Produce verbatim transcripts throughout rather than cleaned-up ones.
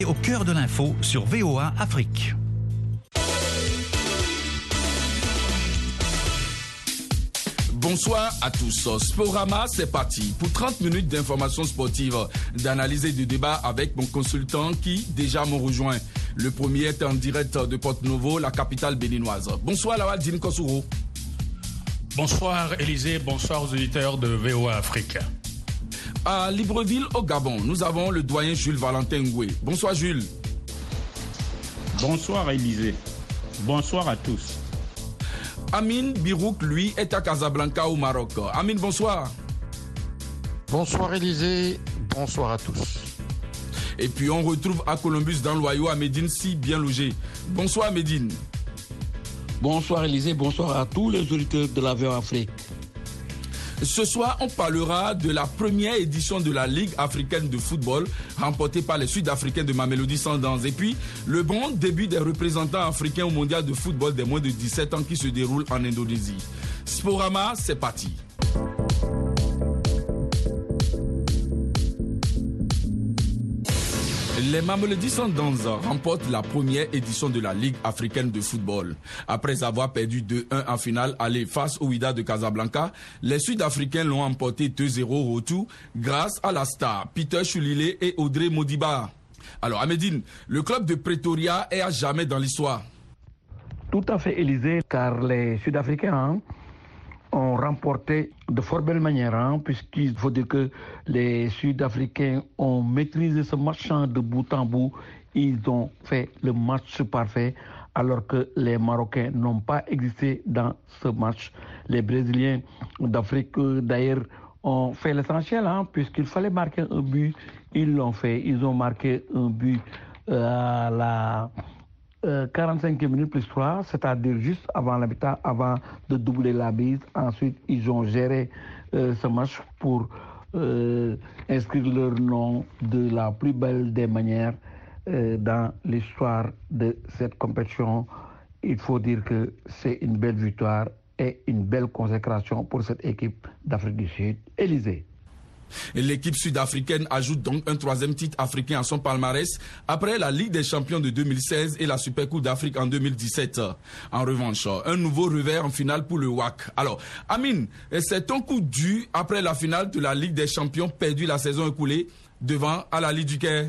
Au cœur de l'info sur V O A Afrique. Bonsoir à tous. Sporama, c'est parti. Pour trente minutes d'informations sportives, d'analyse et de débat avec mon consultant qui déjà me rejoint. Le premier est en direct de Porto-Novo, la capitale béninoise. Bonsoir Lawal Dine Kossouro. Bonsoir Élisée, bonsoir aux auditeurs de V O A Afrique. À Libreville, au Gabon, nous avons le doyen Jules Valentin Ngoué. Bonsoir Jules. Bonsoir Élisée. Bonsoir à tous. Amine Birouk, lui, est à Casablanca au Maroc. Amine, bonsoir. Bonsoir Élisée, bonsoir à tous. Et puis on retrouve à Columbus dans l'Ohio à Médine, si bien logé. Bonsoir Médine. Bonsoir Élisée, bonsoir à tous les auditeurs de la V O A Afrique. Ce soir, on parlera de la première édition de la Ligue africaine de football remportée par les Sud-Africains de Mamelodi Sundowns. Et puis, le bon début des représentants africains au mondial de football des moins de dix-sept ans qui se déroule en Indonésie. Sporama, c'est parti. Les Mamelodi Sundowns remportent la première édition de la Ligue africaine de football. Après avoir perdu deux un en finale aller face au Wydad de Casablanca, les Sud-Africains l'ont emporté deux zéro au retour grâce à la star Peter Chulile et Audrey Modiba. Alors Amédine, le club de Pretoria est à jamais dans l'histoire. Tout à fait Élisée, car les Sud-Africains hein, ont remporté de fort belle manière, hein, puisqu'il faut dire que les Sud-Africains ont maîtrisé ce match de bout en bout. Ils ont fait le match parfait, alors que les Marocains n'ont pas existé dans ce match. Les Brésiliens d'Afrique, d'ailleurs, ont fait l'essentiel, hein, puisqu'il fallait marquer un but. Ils l'ont fait. Ils ont marqué un but euh, à la... Euh, quarante-cinquième minute plus trois, c'est-à-dire juste avant l'habitat, avant de doubler la mise. Ensuite, ils ont géré euh, ce match pour euh, inscrire leur nom de la plus belle des manières euh, dans l'histoire de cette compétition. Il faut dire que c'est une belle victoire et une belle consécration pour cette équipe d'Afrique du Sud. Élisée. L'équipe sud-africaine ajoute donc un troisième titre africain à son palmarès après la Ligue des champions de deux mille seize et la Supercoupe d'Afrique en deux mille dix-sept. En revanche, un nouveau revers en finale pour le W A C. Alors, Amine, c'est un coup dû après la finale de la Ligue des champions perdue la saison écoulée devant Al Ahly du Caire.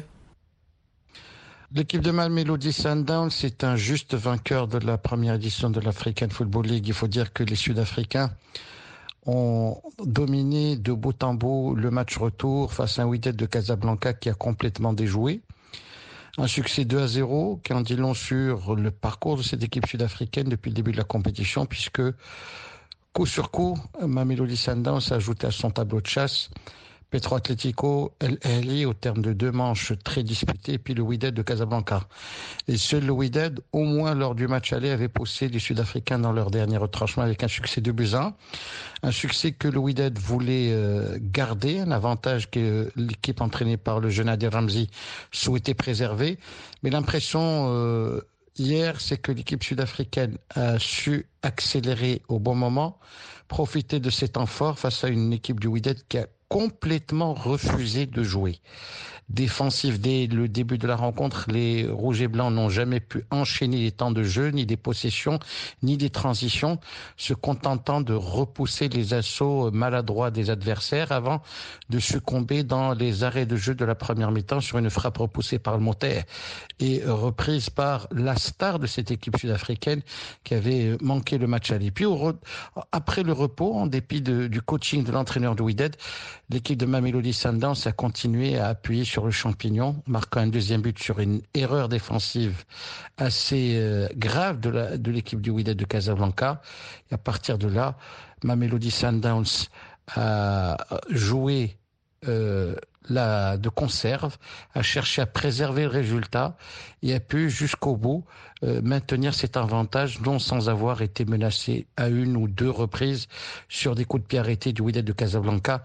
L'équipe de Mamelodi Sundowns est un juste vainqueur de la première édition de l'African Football League. Il faut dire que les Sud-Africains ont dominé de bout en bout le match retour face à un Wydad de Casablanca qui a complètement déjoué. Un succès deux à zéro qui en dit long sur le parcours de cette équipe sud-africaine depuis le début de la compétition, puisque coup sur coup, Mamelodi Sundowns a ajouté à son tableau de chasse Petro Atlético, El Ahly au terme de deux manches très disputées, et puis le Wydad de Casablanca. Et seul le Wydad, au moins lors du match aller, avait poussé les Sud-Africains dans leur dernier retranchement avec un succès de buts à un. Un succès que le Wydad voulait euh, garder, un avantage que l'équipe entraînée par le jeune Adil Ramzi souhaitait préserver. Mais l'impression euh, hier, c'est que l'équipe sud-africaine a su accélérer au bon moment, profiter de ces temps forts face à une équipe du Wydad qui a complètement refusé de jouer. Défensif dès le début de la rencontre, les Rouges et Blancs n'ont jamais pu enchaîner les temps de jeu, ni des possessions, ni des transitions, se contentant de repousser les assauts maladroits des adversaires avant de succomber dans les arrêts de jeu de la première mi-temps sur une frappe repoussée par le Monter et reprise par la star de cette équipe sud-africaine qui avait manqué le match aller. Puis au re... après le repos, en dépit de, du coaching de l'entraîneur du Wydad, l'équipe de Mamelodi Sundowns a continué à appuyer sur le champignon, marquant un deuxième but sur une erreur défensive assez euh, grave de, la, de l'équipe du Wydad de Casablanca. Et à partir de là, Mamelodi Sundowns a joué euh, la, de conserve, a cherché à préserver le résultat et a pu jusqu'au bout euh, maintenir cet avantage, non sans avoir été menacé à une ou deux reprises sur des coups de pied arrêtés du Wydad de Casablanca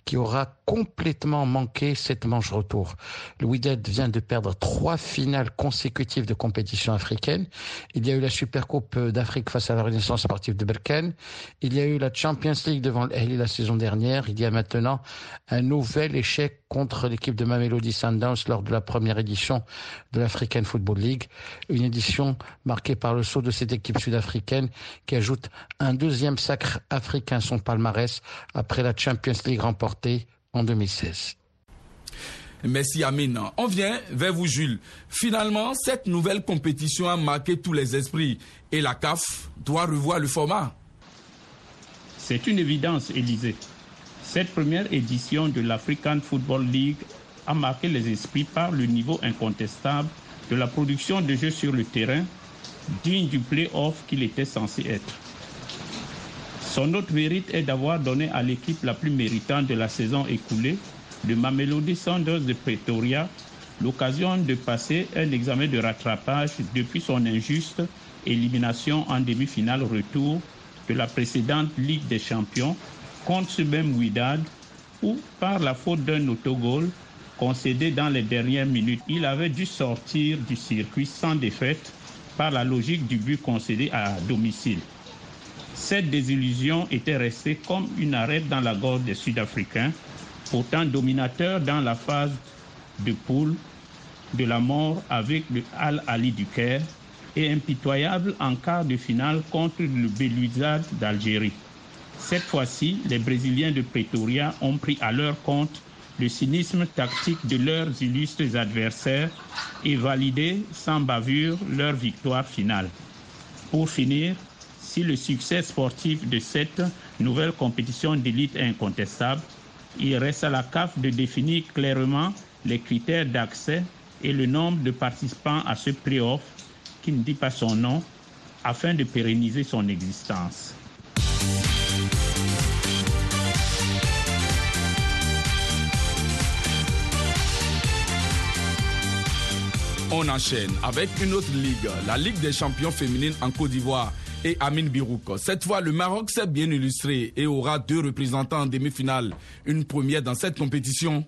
qui aura complètement manqué cette manche retour. Le Wydad vient de perdre trois finales consécutives de compétition africaine. Il y a eu la Supercoupe d'Afrique face à la Renaissance sportive de Berkane. Il y a eu la Champions League devant l'Ahly la saison dernière. Il y a maintenant un nouvel échec contre l'équipe de Mamelodi Sundowns lors de la première édition de l'African Football League. Une édition marquée par le saut de cette équipe sud-africaine qui ajoute un deuxième sacre africain à son palmarès après la Champions League remportée en deux mille seize. Merci Amine. On vient vers vous Jules. Finalement, cette nouvelle compétition a marqué tous les esprits et la C A F doit revoir le format. C'est une évidence, Élysée. Cette première édition de l'African Football League a marqué les esprits par le niveau incontestable de la production de jeux sur le terrain, digne du play-off qu'il était censé être. Son autre mérite est d'avoir donné à l'équipe la plus méritante de la saison écoulée, le Mamelodi Sundowns de Pretoria, l'occasion de passer un examen de rattrapage depuis son injuste élimination en demi-finale retour de la précédente Ligue des Champions contre ce même Wydad, où, par la faute d'un autogol concédé dans les dernières minutes, il avait dû sortir du circuit sans défaite par la logique du but concédé à domicile. Cette désillusion était restée comme une arête dans la gorge des Sud-Africains, pourtant dominateurs dans la phase de poule de la mort avec le Al Ahly du Caire et impitoyable en quart de finale contre le Belouizzad d'Algérie. Cette fois-ci, les Brésiliens de Pretoria ont pris à leur compte le cynisme tactique de leurs illustres adversaires et validé sans bavure leur victoire finale. Pour finir, si le succès sportif de cette nouvelle compétition d'élite est incontestable, il reste à la C A F de définir clairement les critères d'accès et le nombre de participants à ce play-off, qui ne dit pas son nom, afin de pérenniser son existence. On enchaîne avec une autre ligue, la Ligue des champions féminines en Côte d'Ivoire et Amine Birouk. Cette fois, le Maroc s'est bien illustré et aura deux représentants en demi-finale. Une première dans cette compétition.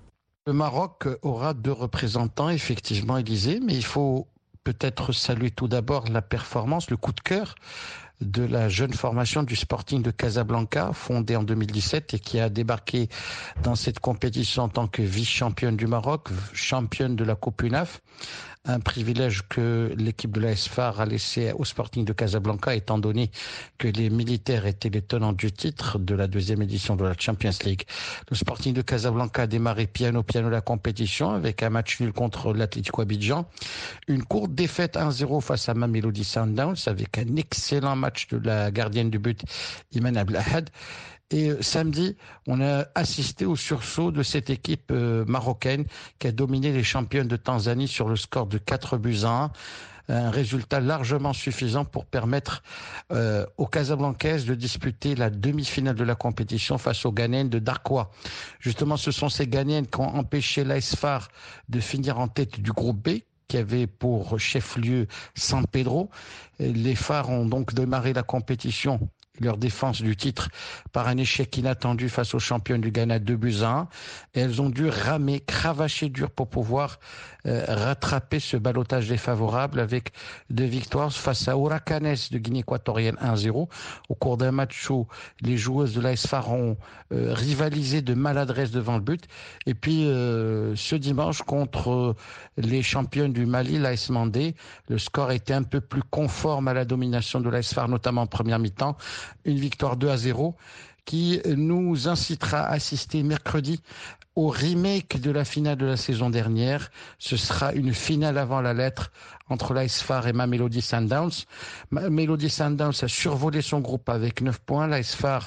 Le Maroc aura deux représentants, effectivement, Élysée, mais il faut peut-être saluer tout d'abord la performance, le coup de cœur de la jeune formation du Sporting de Casablanca, fondée en deux mille dix-sept et qui a débarqué dans cette compétition en tant que vice-championne du Maroc, championne de la Coupe U N A F. Un privilège que l'équipe de l'A S F A R a laissé au Sporting de Casablanca, étant donné que les militaires étaient les tenants du titre de la deuxième édition de la Champions League. Le Sporting de Casablanca a démarré piano piano la compétition avec un match nul contre l'Atlético Abidjan. Une courte défaite un zéro face à Mamelodi Sundowns avec un excellent match de la gardienne du but, Iman Abdelahad. Et samedi, on a assisté au sursaut de cette équipe euh, marocaine qui a dominé les championnes de Tanzanie sur le score de quatre buts à un. Un résultat largement suffisant pour permettre euh, aux Casablancaises de disputer la demi-finale de la compétition face aux Ghanéennes de Darkwa. Justement, ce sont ces Ghanéennes qui ont empêché l'A S F A R de finir en tête du groupe B, qui avait pour chef-lieu San Pedro. Les Phares ont donc démarré la compétition, leur défense du titre, par un échec inattendu face aux championnes du Ghana, deux buts à un. Et elles ont dû ramer, cravacher dur pour pouvoir euh, rattraper ce ballottage défavorable avec deux victoires face à Huracanes de Guinée équatorienne un zéro, au cours d'un match où les joueuses de l'A S F A R ont euh, rivalisé de maladresse devant le but. Et puis euh, ce dimanche contre les championnes du Mali, l'A S Mandé, le score était un peu plus conforme à la domination de l'A S F A R, notamment en première mi-temps. Une victoire deux à zéro qui nous incitera à assister mercredi au remake de la finale de la saison dernière. Ce sera une finale avant la lettre entre l'A S F A R et Mamelodi Sundowns. Mamelodi Sundowns a survolé son groupe avec neuf points. L'A S F A R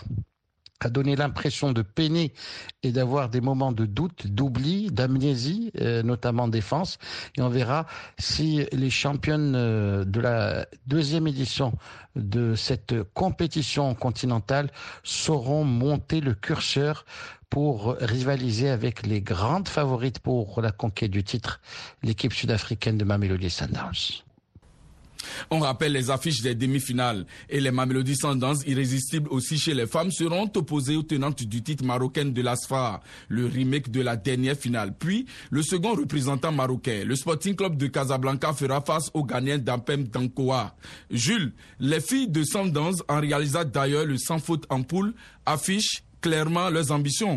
a donné l'impression de peiner et d'avoir des moments de doute, d'oubli, d'amnésie, euh, notamment en défense. Et on verra si les championnes euh, de la deuxième édition de cette compétition continentale sauront monter le curseur pour rivaliser avec les grandes favorites pour la conquête du titre, l'équipe sud-africaine de Mamelodi Sundowns. On rappelle les affiches des demi-finales et les Mamelody Sundowns irrésistibles aussi chez les femmes seront opposées aux tenantes du titre marocaine de l'Asfar, le remake de la dernière finale. Puis, le second représentant marocain, le Sporting Club de Casablanca, fera face aux gagnants d'Ampem Dankoa. Jules, les filles de Sundowns, en réalisant d'ailleurs le sans faute en poule, affichent clairement leurs ambitions.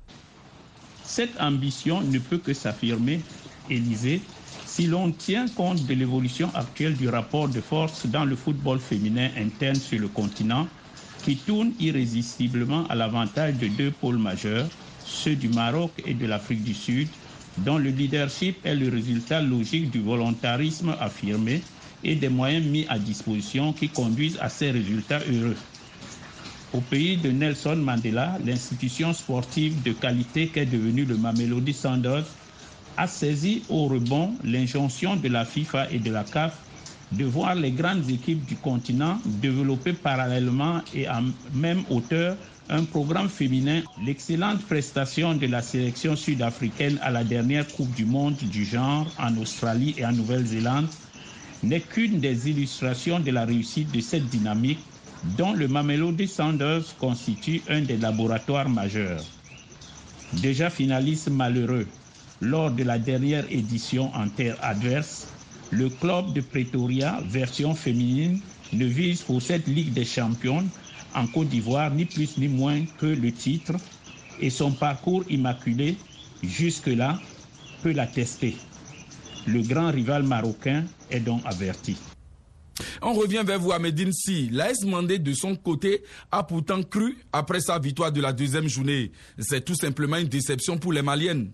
Cette ambition ne peut que s'affirmer, Élysée, si l'on tient compte de l'évolution actuelle du rapport de force dans le football féminin interne sur le continent, qui tourne irrésistiblement à l'avantage de deux pôles majeurs, ceux du Maroc et de l'Afrique du Sud, dont le leadership est le résultat logique du volontarisme affirmé et des moyens mis à disposition qui conduisent à ces résultats heureux. Au pays de Nelson Mandela, l'institution sportive de qualité qu'est devenue le Mamelody Sundowns a saisi au rebond l'injonction de la FIFA et de la C A F de voir les grandes équipes du continent développer parallèlement et à même hauteur un programme féminin. L'excellente prestation de la sélection sud-africaine à la dernière Coupe du Monde du genre en Australie et en Nouvelle-Zélande n'est qu'une des illustrations de la réussite de cette dynamique dont le Mamelody Sundowns constitue un des laboratoires majeurs. Déjà finaliste malheureux lors de la dernière édition en terre adverse, le club de Pretoria, version féminine, ne vise pour cette Ligue des champions en Côte d'Ivoire ni plus ni moins que le titre et son parcours immaculé jusque-là peut l'attester. Le grand rival marocain est donc averti. On revient vers vous à Medine Si. L'A S Mandé de son côté a pourtant cru après sa victoire de la deuxième journée. C'est tout simplement une déception pour les Maliennes.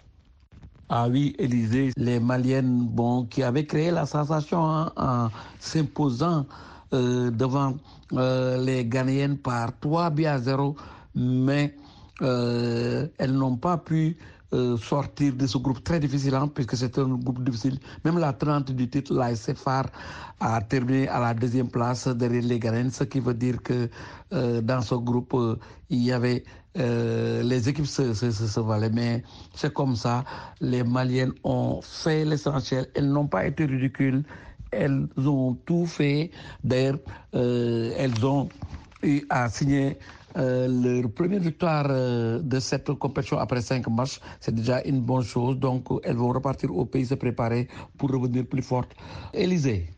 Ah oui, Élysée, les Maliennes bon, qui avaient créé la sensation hein, en s'imposant euh, devant euh, les Ghanéennes par trois buts à zéro, mais euh, elles n'ont pas pu euh, sortir de ce groupe très difficile, hein, puisque c'est un groupe difficile. Même la trente du titre, l'A S F A R a terminé à la deuxième place derrière les Ghanéennes, ce qui veut dire que euh, dans ce groupe, euh, il y avait Euh, les équipes se, se, se, se valaient, mais c'est comme ça. Les Maliennes ont fait l'essentiel. Elles n'ont pas été ridicules. Elles ont tout fait. D'ailleurs, euh, elles ont eu à signer euh, leur première victoire euh, de cette compétition après cinq matchs. C'est déjà une bonne chose. Donc, elles vont repartir au pays se préparer pour revenir plus fortes. Élysée.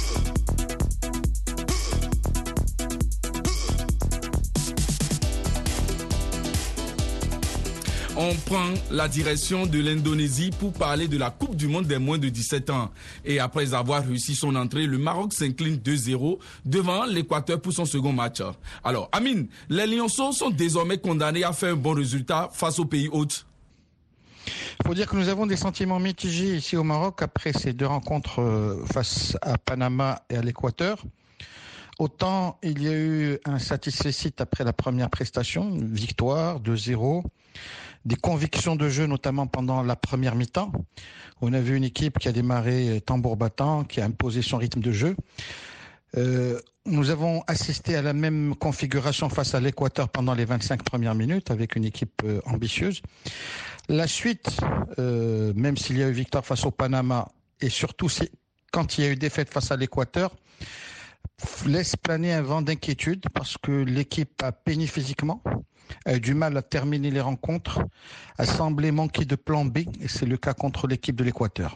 On prend la direction de l'Indonésie pour parler de la Coupe du Monde des moins de dix-sept ans. Et après avoir réussi son entrée, le Maroc s'incline deux zéro devant l'Équateur pour son second match. Alors, Amine, les Lionceaux sont désormais condamnés à faire un bon résultat face au pays hôte. Il faut dire que nous avons des sentiments mitigés ici au Maroc après ces deux rencontres face à Panama et à l'Équateur. Autant il y a eu un satisfecit après la première prestation, une victoire deux zéro, des convictions de jeu notamment pendant la première mi-temps. On a vu une équipe qui a démarré tambour battant, qui a imposé son rythme de jeu. Euh, nous avons assisté à la même configuration face à l'Équateur pendant les vingt-cinq premières minutes avec une équipe euh, ambitieuse. La suite, euh, même s'il y a eu victoire face au Panama et surtout si, quand il y a eu défaite face à l'Équateur, laisse planer un vent d'inquiétude parce que l'équipe a peiné physiquement, a eu du mal à terminer les rencontres, a semblé manquer de plan B, et c'est le cas contre l'équipe de l'Équateur.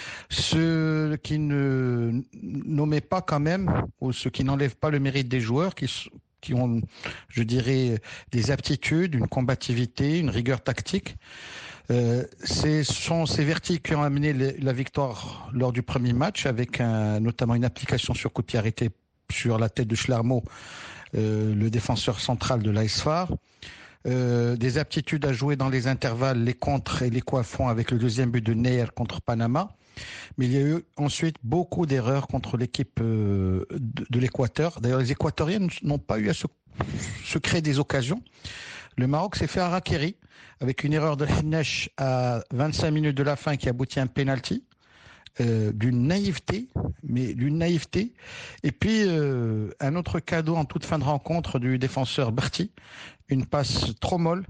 Ce qui ne nommait pas quand même, ou ce qui n'enlève pas le mérite des joueurs qui, qui ont, je dirais, des aptitudes, une combativité, une rigueur tactique. Euh, ce sont ces vertiges qui ont amené les, la victoire lors du premier match, avec un, notamment une application sur coup de pied arrêté sur la tête de Schlarmo, euh, le défenseur central de l'A S F A R. Euh, des aptitudes à jouer dans les intervalles, les contres et les coiffons avec le deuxième but de Neyer contre Panama. Mais il y a eu ensuite beaucoup d'erreurs contre l'équipe euh, de, de l'Équateur. D'ailleurs, les Équatoriennes n'ont pas eu à se, se créer des occasions. Le Maroc s'est fait harakiri avec une erreur de Hinesh à vingt-cinq minutes de la fin qui aboutit à un penalty. Euh, d'une naïveté, mais d'une naïveté. Et puis, euh, un autre cadeau en toute fin de rencontre du défenseur Berti, une passe trop molle,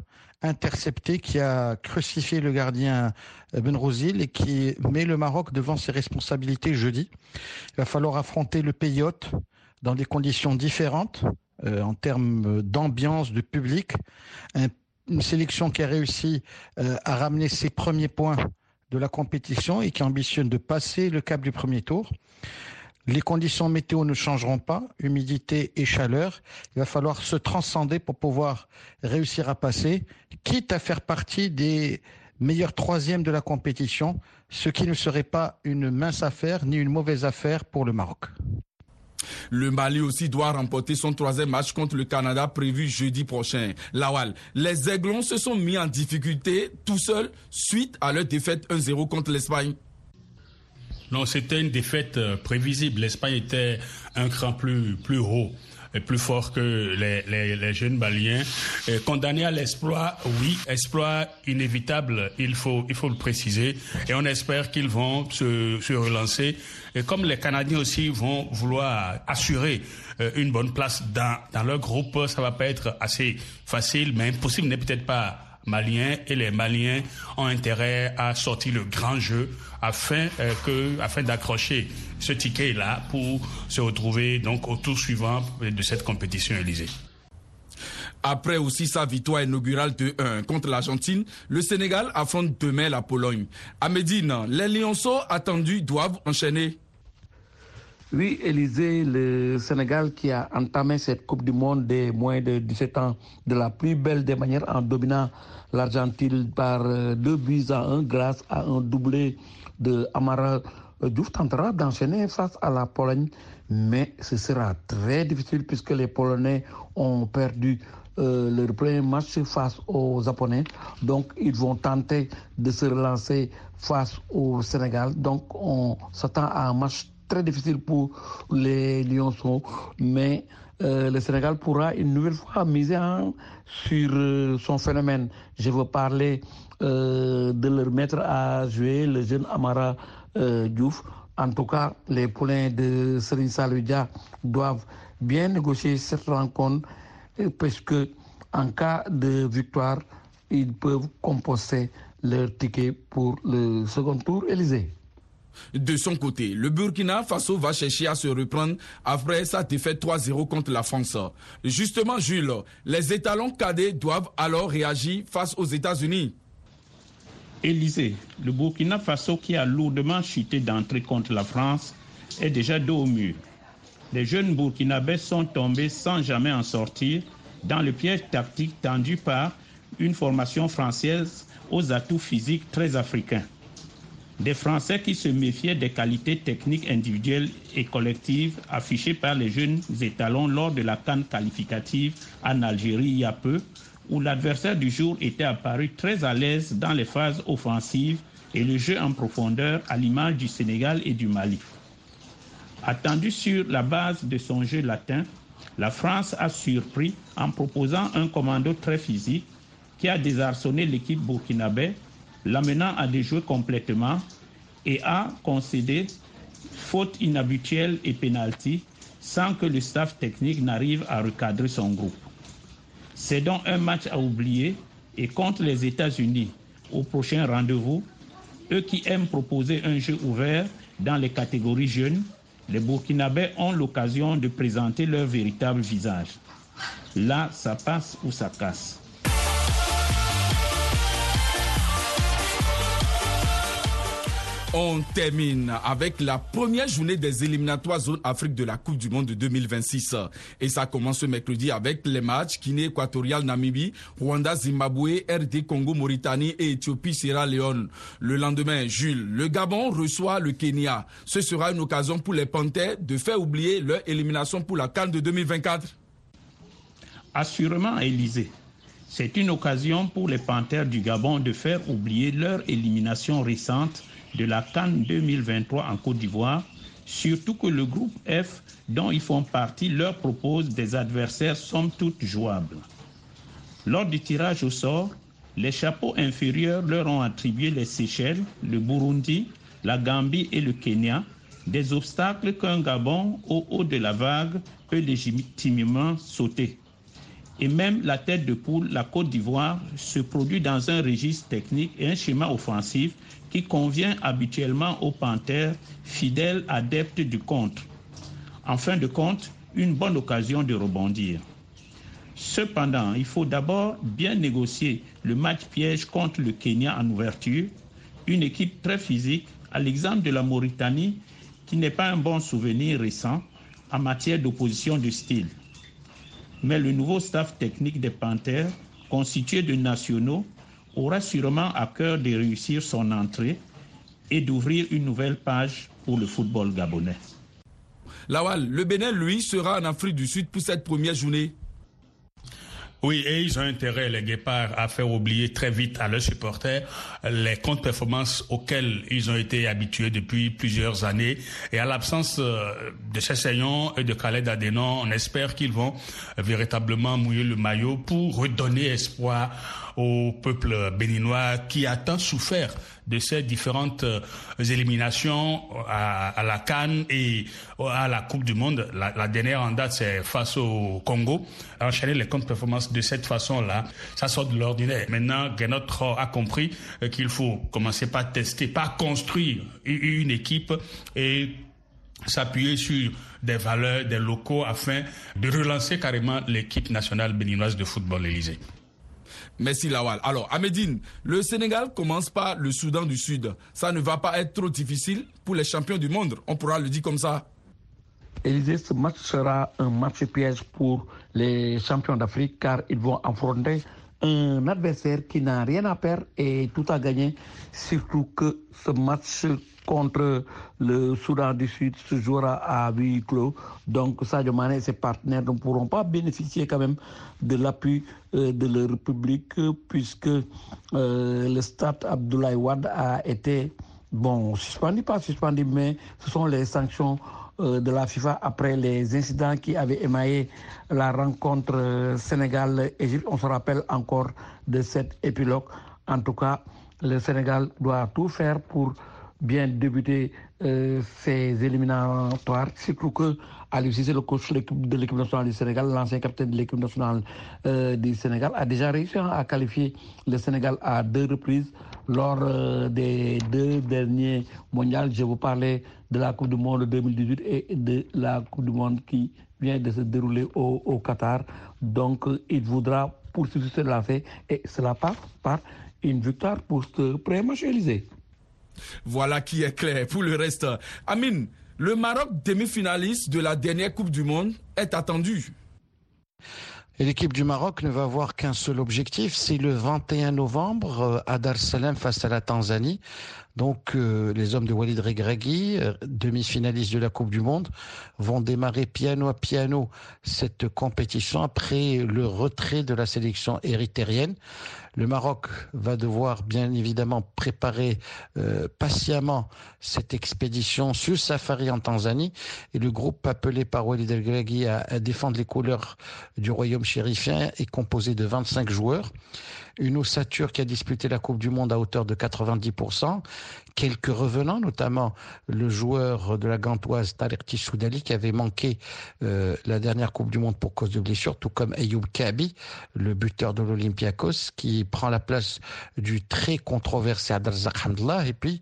intercepté, qui a crucifié le gardien Benrozil et qui met le Maroc devant ses responsabilités jeudi. Il va falloir affronter le pays hôte dans des conditions différentes euh, en termes d'ambiance, de public. Un, une sélection qui a réussi euh, à ramener ses premiers points de la compétition et qui ambitionne de passer le cap du premier tour. Les conditions météo ne changeront pas, humidité et chaleur. Il va falloir se transcender pour pouvoir réussir à passer, quitte à faire partie des meilleurs troisièmes de la compétition, ce qui ne serait pas une mince affaire ni une mauvaise affaire pour le Maroc. Le Mali aussi doit remporter son troisième match contre le Canada prévu jeudi prochain. Lawal, les Aiglons se sont mis en difficulté tout seuls suite à leur défaite un zéro contre l'Espagne. Non, c'était une défaite euh, prévisible. L'Espagne était un cran plus, plus haut et plus fort que les, les, les jeunes Maliens. Et condamnés à l'exploit, oui, exploit inévitable, il faut, il faut le préciser. Et on espère qu'ils vont se, se relancer. Et comme les Canadiens aussi vont vouloir assurer euh, une bonne place dans, dans leur groupe, ça va pas être assez facile, mais impossible n'est peut-être pas Maliens, et les Maliens ont intérêt à sortir le grand jeu afin euh, que, afin d'accrocher ce ticket-là pour se retrouver donc au tour suivant de cette compétition, Élysée. Après aussi sa victoire inaugurale de un contre l'Argentine, le Sénégal affronte demain la Pologne. À Médine, les Lionceaux attendus doivent enchaîner. Oui, Élysée, le Sénégal qui a entamé cette Coupe du Monde des moins de dix-sept ans de la plus belle des manières en dominant l'Argentine par deux buts à un grâce à un doublé de Amara Diouf tentera d'enchaîner face à la Pologne, mais ce sera très difficile puisque les Polonais ont perdu euh, leur premier match face aux Japonais. Donc, ils vont tenter de se relancer face au Sénégal. Donc, on s'attend à un match très difficile pour les Lionceaux, mais euh, le Sénégal pourra une nouvelle fois miser hein, sur euh, son phénomène. Je veux parler euh, de leur maître à jouer, le jeune Amara euh, Diouf. En tout cas, les poulains de Serigne Saliou Dia doivent bien négocier cette rencontre parce que en cas de victoire, ils peuvent composter leur ticket pour le second tour, Élysée. De son côté, le Burkina Faso va chercher à se reprendre après sa défaite trois zéro contre la France. Justement, Jules, les étalons cadets doivent alors réagir face aux États-Unis. Élysée, le Burkina Faso qui a lourdement chuté d'entrée contre la France est déjà dos au mur. Les jeunes Burkinabés sont tombés sans jamais en sortir dans le piège tactique tendu par une formation française aux atouts physiques très africains. Des Français qui se méfiaient des qualités techniques individuelles et collectives affichées par les jeunes étalons lors de la CAN qualificative en Algérie il y a peu, où l'adversaire du jour était apparu très à l'aise dans les phases offensives et le jeu en profondeur à l'image du Sénégal et du Mali. Attendu sur la base de son jeu latin, la France a surpris en proposant un commando très physique qui a désarçonné l'équipe burkinabé, l'amenant à déjouer complètement et à concéder faute inhabituelle et pénalty sans que le staff technique n'arrive à recadrer son groupe. C'est donc un match à oublier et contre les États-Unis au prochain rendez-vous, eux qui aiment proposer un jeu ouvert dans les catégories jeunes, les Burkinabés ont l'occasion de présenter leur véritable visage. Là, ça passe ou ça casse. On termine avec la première journée des éliminatoires zone Afrique de la Coupe du Monde de deux mille vingt-six. Et ça commence ce mercredi avec les matchs Guinée équatoriale, Namibie, Rwanda, Zimbabwe, R D Congo, Mauritanie et Éthiopie, Sierra Leone. Le lendemain, Jules, le Gabon reçoit le Kenya. Ce sera une occasion pour les Panthères de faire oublier leur élimination pour la CAN de deux mille vingt-quatre. Assurément, Élysée. C'est une occasion pour les Panthères du Gabon de faire oublier leur élimination récente de la CAN deux mille vingt-trois en Côte d'Ivoire, surtout que le groupe F, dont ils font partie, leur propose des adversaires somme toute jouables. Lors du tirage au sort, les chapeaux inférieurs leur ont attribué les Seychelles, le Burundi, la Gambie et le Kenya, des obstacles qu'un Gabon au haut de la vague peut légitimement sauter. Et même la tête de poule, la Côte d'Ivoire, se produit dans un registre technique et un schéma offensif qui convient habituellement aux Panthères, fidèles adeptes du contre. En fin de compte, une bonne occasion de rebondir. Cependant, il faut d'abord bien négocier le match piège contre le Kenya en ouverture, une équipe très physique, à l'exemple de la Mauritanie, qui n'est pas un bon souvenir récent en matière d'opposition de style. Mais le nouveau staff technique des Panthères, constitué de nationaux, aura sûrement à cœur de réussir son entrée et d'ouvrir une nouvelle page pour le football gabonais. Lawal, le Bénin, lui, sera en Afrique du Sud pour cette première journée. Oui, et ils ont intérêt, les Guépards, à faire oublier très vite à leurs supporters les contre-performances auxquelles ils ont été habitués depuis plusieurs années. Et à l'absence de Chesseyon et de Khaled Adénon, on espère qu'ils vont véritablement mouiller le maillot pour redonner espoir au peuple béninois qui a tant souffert de ces différentes éliminations à, à la CAN et à la Coupe du Monde. La, la dernière en date, c'est face au Congo. Enchaîner les contre-performances de cette façon-là, ça sort de l'ordinaire. Maintenant, Guénot a compris qu'il faut commencer par tester, par construire une équipe et s'appuyer sur des valeurs, des locaux afin de relancer carrément l'équipe nationale béninoise de football, Élysée. Merci Lawal. Alors, à Médine, le Sénégal commence par le Soudan du Sud. Ça ne va pas être trop difficile pour les champions du monde, on pourra le dire comme ça. Élysée, ce match sera un match piège pour les champions d'Afrique car ils vont affronter un adversaire qui n'a rien à perdre et tout à gagner, surtout que ce match contre le Soudan du Sud se jouera à huis clos. Donc Sadio Mané et ses partenaires ne pourront pas bénéficier quand même de l'appui euh, de leur public puisque euh, le stade Abdoulaye Wade a été bon, suspendu, pas suspendu, mais ce sont les sanctions euh, de la FIFA après les incidents qui avaient émaillé la rencontre euh, Sénégal-Égypte. On se rappelle encore de cet épilogue. En tout cas, le Sénégal doit tout faire pour bien débuter euh, ces éliminatoires, surtout que Aliou Cissé, le coach de l'équipe nationale du Sénégal, l'ancien capitaine de l'équipe nationale euh, du Sénégal, a déjà réussi à qualifier le Sénégal à deux reprises lors euh, des deux derniers mondiaux. Je vous parlais de la Coupe du Monde deux mille dix-huit et de la Coupe du Monde qui vient de se dérouler au, au Qatar. Donc, il voudra poursuivre ce lancé et cela passe par une victoire pour ce premier match, Élysée. Voilà qui est clair. Pour le reste, Amine, le Maroc demi-finaliste de la dernière Coupe du Monde est attendu. Et l'équipe du Maroc ne va avoir qu'un seul objectif, c'est le vingt et un novembre à Dar es Salaam face à la Tanzanie. Donc euh, les hommes de Walid Regragui, euh, demi-finalistes de la Coupe du Monde, vont démarrer piano à piano cette compétition après le retrait de la sélection érythréenne. Le Maroc va devoir bien évidemment préparer euh, patiemment cette expédition sur safari en Tanzanie et le groupe appelé par Walid Regragui à, à défendre les couleurs du royaume chérifien est composé de vingt-cinq joueurs. Une ossature qui a disputé la Coupe du Monde à hauteur de quatre-vingt-dix pour cent. Quelques revenants, notamment le joueur de la Gantoise Tariq Tissoudali qui avait manqué euh, la dernière Coupe du Monde pour cause de blessure, tout comme Ayoub Kabi, le buteur de l'Olympiakos, qui prend la place du très controversé Abdelrazak Hamdallah. Et puis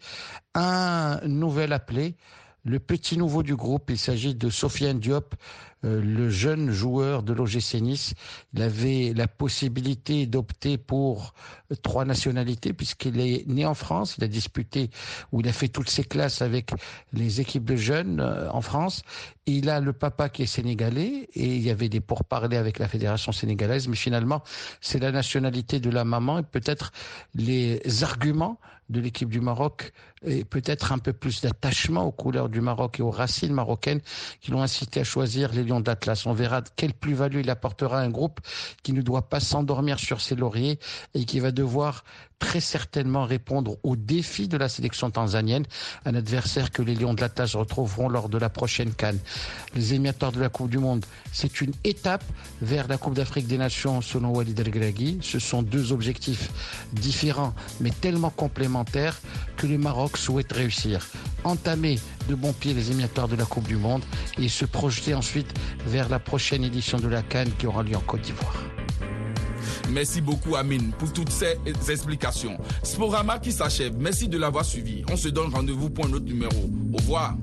un nouvel appelé, le petit nouveau du groupe, il s'agit de Sofiane Diop, euh, le jeune joueur de l'O G C Nice. Il avait la possibilité d'opter pour trois nationalités puisqu'il est né en France. Il a disputé ou il a fait toutes ses classes avec les équipes de jeunes euh, en France. Il a le papa qui est sénégalais et il y avait des pourparlers avec la fédération sénégalaise, mais finalement c'est la nationalité de la maman et peut-être les arguments de l'équipe du Maroc et peut-être un peu plus d'attachement aux couleurs du Maroc et aux racines marocaines qui l'ont incité à choisir les Lions d'Atlas. On verra quelle plus-value il apportera à un groupe qui ne doit pas s'endormir sur ses lauriers et qui va devoir très certainement répondre aux défis de la sélection tanzanienne, un adversaire que les Lions de l'Atlas retrouveront lors de la prochaine CAN. Les éliminatoires de la Coupe du Monde, c'est une étape vers la Coupe d'Afrique des Nations selon Walid Regragui. Ce sont deux objectifs différents mais tellement complémentaires que le Maroc souhaite réussir. Entamer de bon pied les éliminatoires de la Coupe du Monde et se projeter ensuite vers la prochaine édition de la CAN qui aura lieu en Côte d'Ivoire. Merci beaucoup Amine pour toutes ces explications. Sporama qui s'achève. Merci de l'avoir suivi. On se donne rendez-vous pour un autre numéro. Au revoir.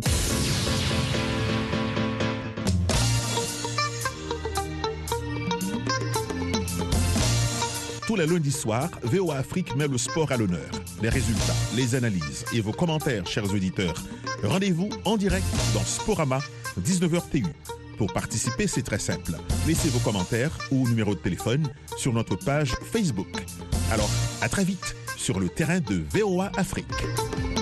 Tous les lundis soirs, V O A Afrique met le sport à l'honneur. Les résultats, les analyses et vos commentaires, chers auditeurs. Rendez-vous en direct dans Sporama, dix-neuf heures T U. Pour participer, c'est très simple. Laissez vos commentaires ou numéro de téléphone sur notre page Facebook. Alors, à très vite sur le terrain de V O A Afrique.